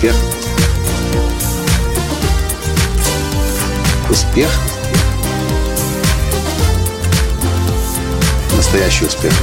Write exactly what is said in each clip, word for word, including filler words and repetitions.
Успех. Успех. Настоящий успех.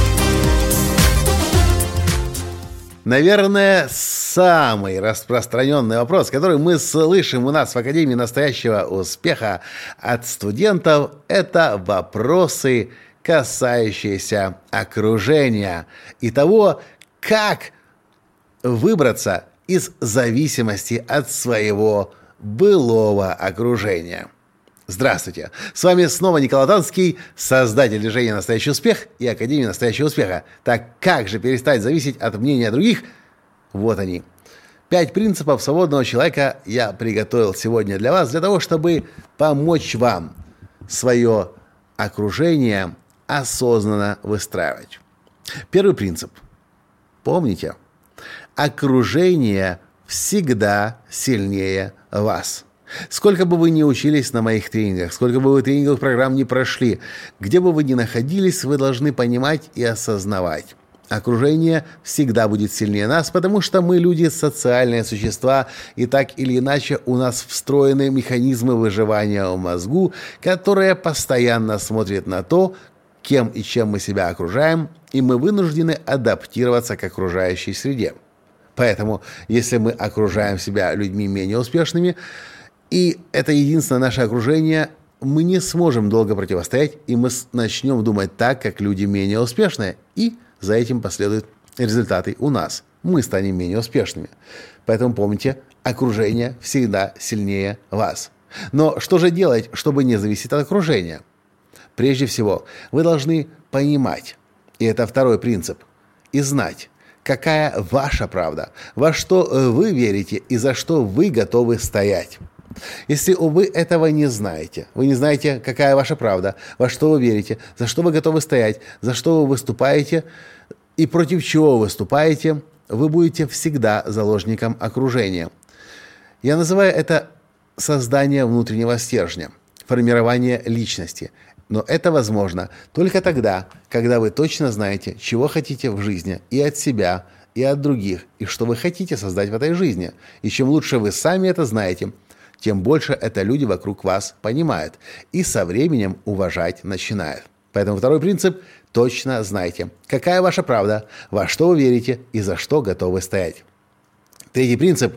Наверное, самый распространенный вопрос, который мы слышим у нас в Академии настоящего успеха от студентов, это вопросы, касающиеся окружения и того, как выбраться из зависимости от своего былого окружения. Здравствуйте! С вами снова Николай Танский, создатель движения «Настоящий успех» и Академии настоящего успеха. Так как же перестать зависеть от мнения других? Вот они. Пять принципов свободного человека я приготовил сегодня для вас, для того, чтобы помочь вам свое окружение осознанно выстраивать. Первый принцип. Помните, окружение всегда сильнее вас. Сколько бы вы ни учились на моих тренингах, сколько бы вы тренинговых программ не прошли, где бы вы ни находились, вы должны понимать и осознавать. Окружение всегда будет сильнее нас, потому что мы люди социальные существа, и так или иначе у нас встроены механизмы выживания в мозгу, которые постоянно смотрят на то, кем и чем мы себя окружаем, и мы вынуждены адаптироваться к окружающей среде. Поэтому, если мы окружаем себя людьми менее успешными, и это единственное наше окружение, мы не сможем долго противостоять, и мы начнем думать так, как люди менее успешные, и за этим последуют результаты у нас. Мы станем менее успешными. Поэтому помните, окружение всегда сильнее вас. Но что же делать, чтобы не зависеть от окружения? Прежде всего, вы должны понимать, и это второй принцип, и знать, какая ваша правда, во что вы верите и за что вы готовы стоять. Если вы этого не знаете, вы не знаете, какая ваша правда, во что вы верите, за что вы готовы стоять, за что вы выступаете и против чего вы выступаете, вы будете всегда заложником окружения. Я называю это создание внутреннего стержня, формирование личности. Но это возможно только тогда, когда вы точно знаете, чего хотите в жизни и от себя, и от других, и что вы хотите создать в этой жизни. И чем лучше вы сами это знаете, тем больше это люди вокруг вас понимают и со временем уважать начинают. Поэтому второй принцип – точно знайте, какая ваша правда, во что вы верите и за что готовы стоять. Третий принцип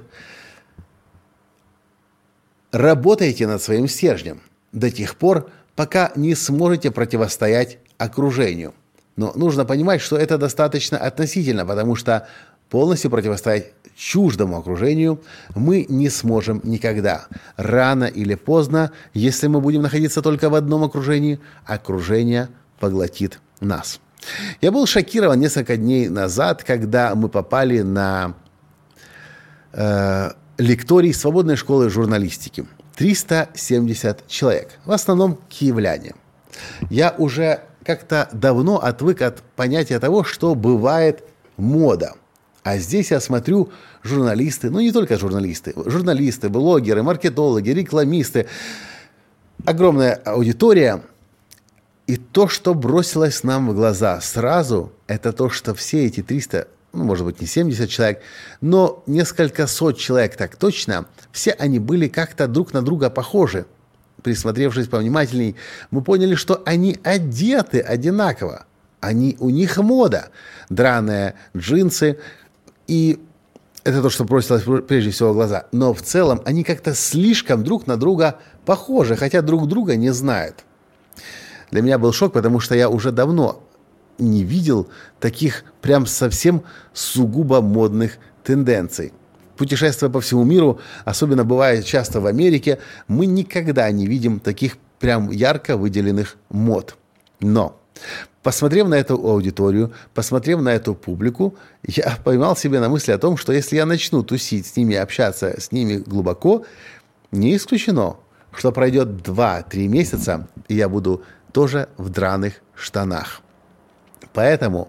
– работайте над своим стержнем до тех пор, пока не сможете противостоять окружению. Но нужно понимать, что это достаточно относительно, потому что полностью противостоять чуждому окружению мы не сможем никогда. Рано или поздно, если мы будем находиться только в одном окружении, окружение поглотит нас. Я был шокирован несколько дней назад, когда мы попали на э, лекторий свободной школы журналистики. триста семьдесят человек, в основном киевляне. Я уже как-то давно отвык от понятия того, что бывает мода. А здесь я смотрю журналисты, ну не только журналисты, журналисты, блогеры, маркетологи, рекламисты. Огромная аудитория. И то, что бросилось нам в глаза сразу, это то, что все эти триста, ну, может быть, не семьдесят человек, но несколько сот человек так точно, все они были как-то друг на друга похожи. Присмотревшись повнимательней, мы поняли, что они одеты одинаково. Они, у них мода. Драные джинсы. И это то, что бросилось прежде всего в глаза. Но в целом они как-то слишком друг на друга похожи, хотя друг друга не знают. Для меня был шок, потому что я уже давно не видел таких прям совсем сугубо модных тенденций. Путешествуя по всему миру, особенно бывая часто в Америке, мы никогда не видим таких прям ярко выделенных мод. Но, посмотрев на эту аудиторию, посмотрев на эту публику, я поймал себе на мысли о том, что если я начну тусить с ними, общаться с ними глубоко, не исключено, что пройдет два-три месяца, и я буду тоже в драных штанах. Поэтому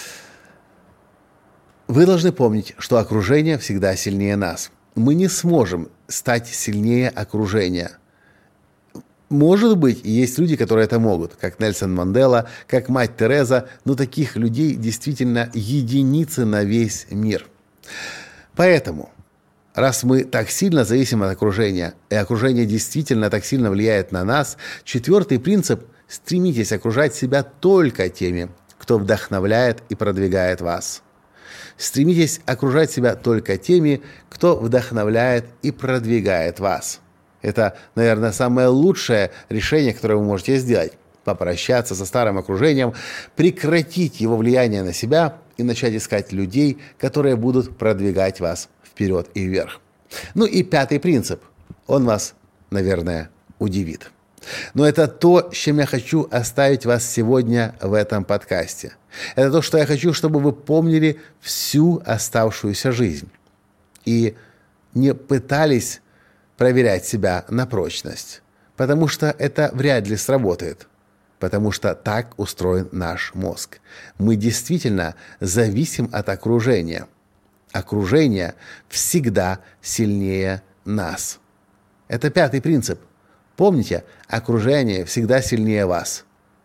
вы должны помнить, что окружение всегда сильнее нас. Мы не сможем стать сильнее окружения. Может быть, и есть люди, которые это могут, как Нельсон Мандела, как мать Тереза, но таких людей действительно единицы на весь мир. Поэтому Раз мы так сильно зависим от окружения, и окружение действительно так сильно влияет на нас, четвертый принцип – стремитесь окружать себя только теми, кто вдохновляет и продвигает вас. Стремитесь окружать себя только теми, кто вдохновляет и продвигает вас. Это, наверное, самое лучшее решение, которое вы можете сделать. Попрощаться со старым окружением, прекратить его влияние на себя и начать искать людей, которые будут продвигать вас вперед и вверх. Ну и пятый принцип. Он вас, наверное, удивит. Но это то, с чем я хочу оставить вас сегодня в этом подкасте. Это то, что я хочу, чтобы вы помнили всю оставшуюся жизнь. И не пытались проверять себя на прочность. Потому что это вряд ли сработает. Потому что так устроен наш мозг. Мы действительно зависим от окружения. Окружение всегда сильнее нас. Это пятый принцип. Помните, окружение всегда сильнее вас.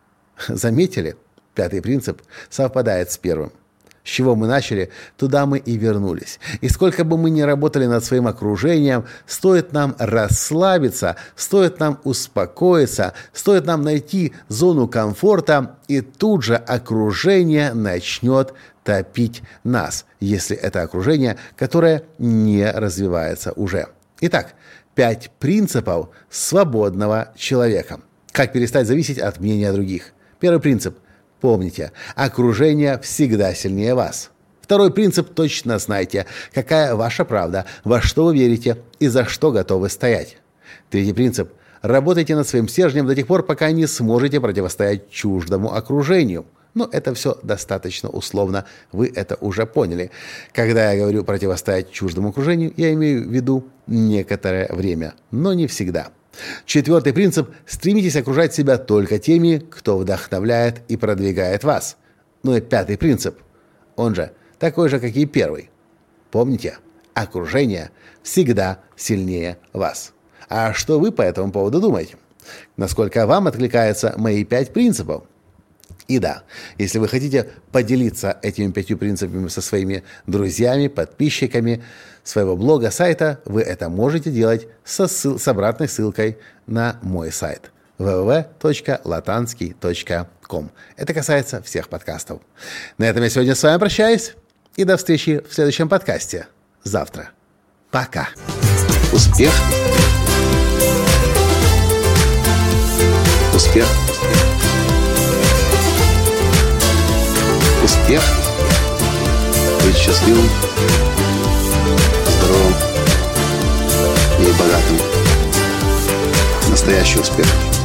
Заметили? Пятый принцип совпадает с первым. С чего мы начали, туда мы и вернулись. И сколько бы мы ни работали над своим окружением, стоит нам расслабиться, стоит нам успокоиться, стоит нам найти зону комфорта, и тут же окружение начнет топить нас, если это окружение, которое не развивается уже. Итак, пять принципов свободного человека. Как перестать зависеть от мнения других? Первый принцип. Помните, окружение всегда сильнее вас. Второй принцип. Точно знайте, какая ваша правда, во что вы верите и за что готовы стоять. Третий принцип. Работайте над своим стержнем до тех пор, пока не сможете противостоять чуждому окружению. Но это все достаточно условно, вы это уже поняли. Когда я говорю противостоять чуждому окружению, я имею в виду некоторое время, но не всегда. Четвертый принцип – стремитесь окружать себя только теми, кто вдохновляет и продвигает вас. Ну и пятый принцип, он же такой же, как и первый. Помните, окружение всегда сильнее вас. А что вы по этому поводу думаете? Насколько вам откликаются мои пять принципов? И да, если вы хотите поделиться этими пятью принципами со своими друзьями, подписчиками своего блога, сайта, вы это можете делать со ссыл- с обратной ссылкой на мой сайт дабл ю дабл ю дабл ю точка латанский точка ком. Это касается всех подкастов. На этом я сегодня с вами прощаюсь и до встречи в следующем подкасте завтра. Пока. Успех. Успех. Успех. Быть счастливым, здоровым и богатым. Настоящий успех.